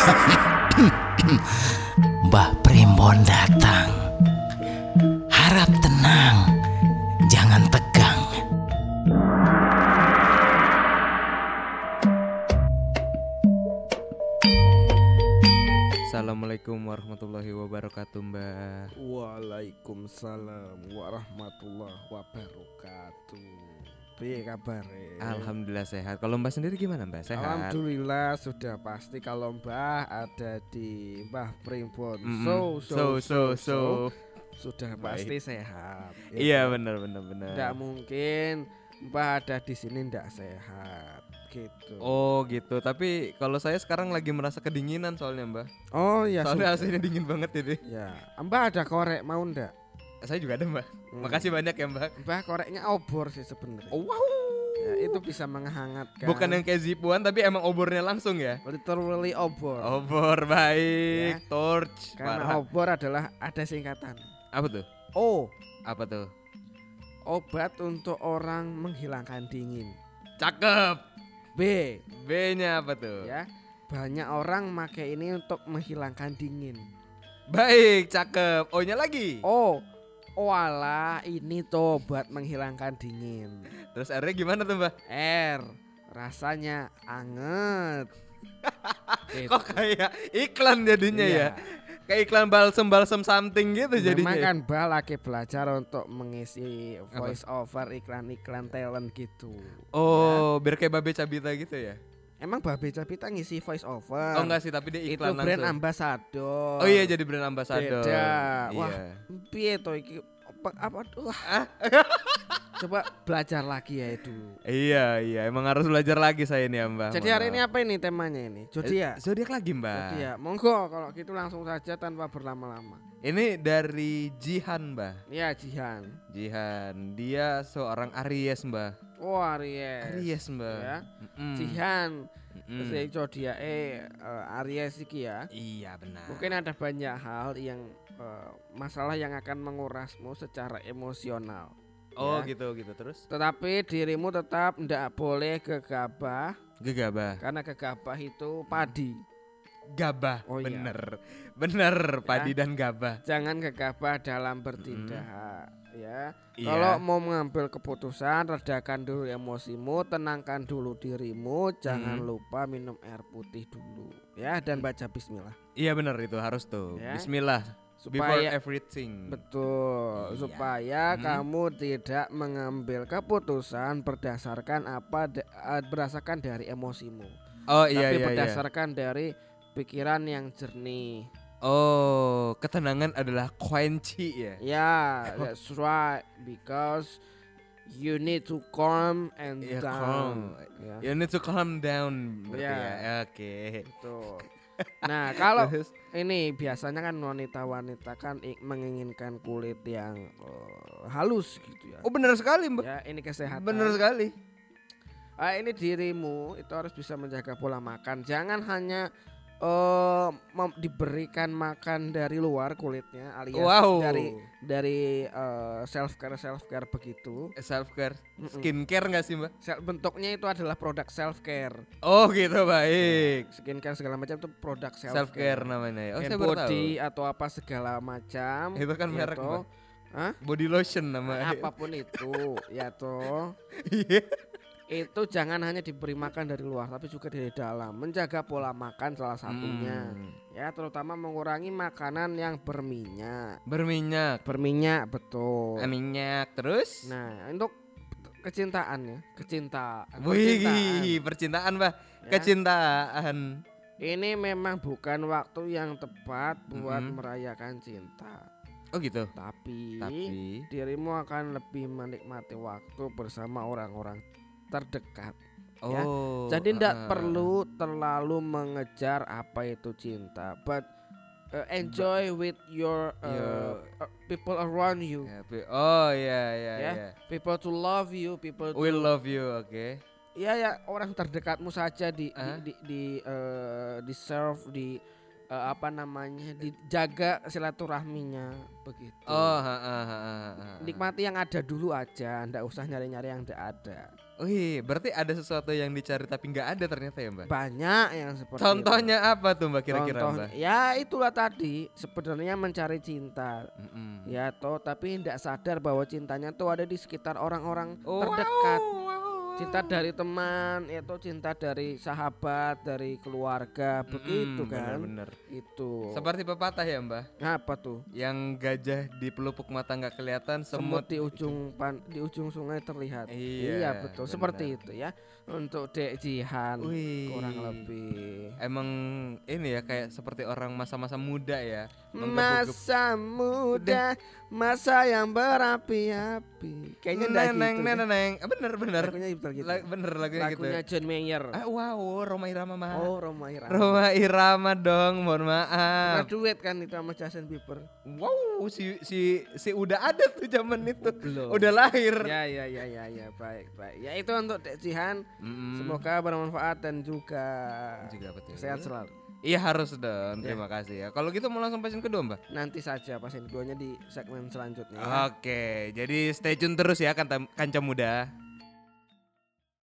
Mbah Primbon datang. Harap tenang, jangan tegang. Assalamualaikum warahmatullahi wabarakatuh, Mbah. Waalaikumsalam warahmatullahi wabarakatuh. Piye kabare? Alhamdulillah sehat. Kalau Mbah sendiri gimana, Mbah? Sehat? Alhamdulillah sudah pasti kalau Mbah ada di Mbah Primbon. Sudah pasti sehat. Iya, benar. Tidak mungkin Mbah ada di sini tidak sehat gitu. Oh gitu. Tapi kalau saya sekarang lagi merasa kedinginan soalnya, Mbah. Oh ya. Soalnya AC-nya dingin banget ini. Ya, Mbah ada korek mau ndak? Saya juga ada, Mbah. Makasih banyak ya, Mbah. Mbah koreknya obor sih sebenarnya. Oh, wow. Ya, itu bisa menghangatkan. Bukan yang kayak zipuan tapi emang obornya langsung ya. Literally obor. Obor baik, Ya. torch. Karena Parah. obor adalah ada singkatan. Apa tuh? O, Apa tuh? obat untuk orang menghilangkan dingin. Cakep. B, B-nya apa tuh? ya. Banyak orang make ini untuk menghilangkan dingin. Baik, cakep. O-nya lagi. O, walah ini tuh obat menghilangkan dingin. Terus R-nya gimana tuh, Mbah? R, rasanya anget. Gitu. Kok kayak iklan jadinya Iya. ya? Kayak iklan balsem something gitu jadinya. Memang kan Mbah lagi belajar untuk mengisi voice over iklan-iklan talent gitu. Oh, biar kayak Babe Cabita gitu ya? Emang Babe Capita ngisi voice over? Oh enggak sih, tapi dia Itu iklan brand langsung. ambassador. Oh iya, jadi brand ambassador. Beda. Wah, Iya. piye to iki? Apa? Wah. Coba belajar lagi ya itu. Iya, emang harus belajar lagi saya ini ya, Mbah. Jadi hari ini apa ini temanya ini? Zodiak. Zodiak lagi, Mbah. Zodiak. Monggo kalau gitu langsung saja tanpa berlama-lama. Ini dari Jihan, Mbah. Ya, Jihan. Jihan, dia seorang Aries, Mbah. Oh, Aries. Aries, Mbah. Ya. Mm-mm. Jihan. Mm-mm. Terus zodiak Aries iki ya. Iya, benar. Mungkin ada banyak hal yang masalah yang akan mengurasmu secara emosional. Oh, ya. gitu terus. Tetapi dirimu tetap tidak boleh gegabah Gegabah. karena gegabah itu padi. Gabah, Oh, iya. bener, padi dan gabah. Jangan gegabah dalam bertindak, ya. Iya. Kalau mau mengambil keputusan, redakan dulu emosimu, tenangkan dulu dirimu, jangan lupa minum air putih dulu, ya, dan baca bismillah. Iya bener itu harus tuh. Ya. Bismillah. Before Supaya everything. betul, Iya. supaya kamu tidak mengambil keputusan berdasarkan berdasarkan dari emosimu, Oh iya tapi iya. berdasarkan dari pikiran yang jernih. Oh, ketenangan adalah kunci ya. Yeah, that's right. Because you need to calm and Ya, down. calm. Ya, You need to calm down berarti Ya. ya. Oke. betul. Nah, kalau Terus? ini biasanya kan wanita-wanita kan menginginkan kulit yang halus gitu ya. Oh bener sekali, Mbak. Ya, ini kesehatan. Bener sekali. Ini dirimu itu harus bisa menjaga pola makan. Jangan hanya diberikan makan dari luar kulitnya alias Wow. dari self care begitu. Self care, skincare nggak sih, Mbak? Bentuknya itu adalah produk self care. Oh gitu, baik. Skincare segala macam itu produk Self care namanya ya. Oh, Hand saya baru tahu. body atau apa segala macam. Itu kan ya merek, toh. Mbak. Hah? Body lotion namanya. Apapun itu, ya toh. Iya. Itu jangan hanya diberi makan dari luar tapi juga dari dalam. Menjaga pola makan salah satunya. Ya, terutama mengurangi makanan yang berminyak. Berminyak. Berminyak, betul. Minyak terus. Nah, untuk kecintaan ya, kecintaan. Wih, percintaan, Mbak. Ya. Kecintaan. Ini memang bukan waktu yang tepat buat merayakan cinta. Oh gitu. Tapi dirimu akan lebih menikmati waktu bersama orang-orang terdekat. Ya. Oh. Jadi tidak perlu terlalu mengejar apa itu cinta, but enjoy with your people around you. Oh iya. Ya. People to love you, people to We love you, oke. ya orang terdekatmu saja di serve apa namanya, dijaga silaturahminya begitu. Oh, Nikmati yang ada dulu aja, ndak usah nyari-nyari yang ndak ada. Wih, berarti ada sesuatu yang dicari tapi nggak ada ternyata ya Mbak. Banyak yang seperti Contohnya apa tuh Mbak kira-kira Contohnya, Mbak? ya itulah tadi sebenarnya mencari cinta. Mm-mm. Ya toh, tapi tidak sadar bahwa cintanya tuh ada di sekitar orang-orang Oh, terdekat. wow. Cinta dari teman, itu cinta dari sahabat, dari keluarga, begitu kan? Bener-bener. Itu. Seperti pepatah ya Mbak, Apa tuh? yang gajah di pelupuk mata nggak kelihatan, Semut semut di ujung sungai terlihat. Iya, betul. benar. Seperti itu ya. Untuk Dek Jihan Wih. kurang lebih. Emang ini ya kayak seperti orang masa-masa muda ya. Masa muda, masa yang berapi-api. Kayaknya enggak gitu. Neng, deh. neng. Bener. Lagunya betul gitu. Bener lagunya gitu. Lagunya John Mayer. Wow, Roma Irama mah. Oh, Roma Irama. Roma Irama dong, mohon Pernah maaf. duet kan itu sama Justin Bieber. Wow, si udah ada tuh zaman itu. Belum. Udah lahir. Ya, baik. Ya itu untuk Dek Jihan. Mm-mm. Semoga bermanfaat dan juga Juga betul. sehat selalu. Iya harus dong. Terima kasih ya. Kalau gitu mau langsung pasien kedua, Mbak. Nanti saja pasien keduanya di segmen selanjutnya. Ya. Oke, jadi stay tune terus ya Kanca Muda.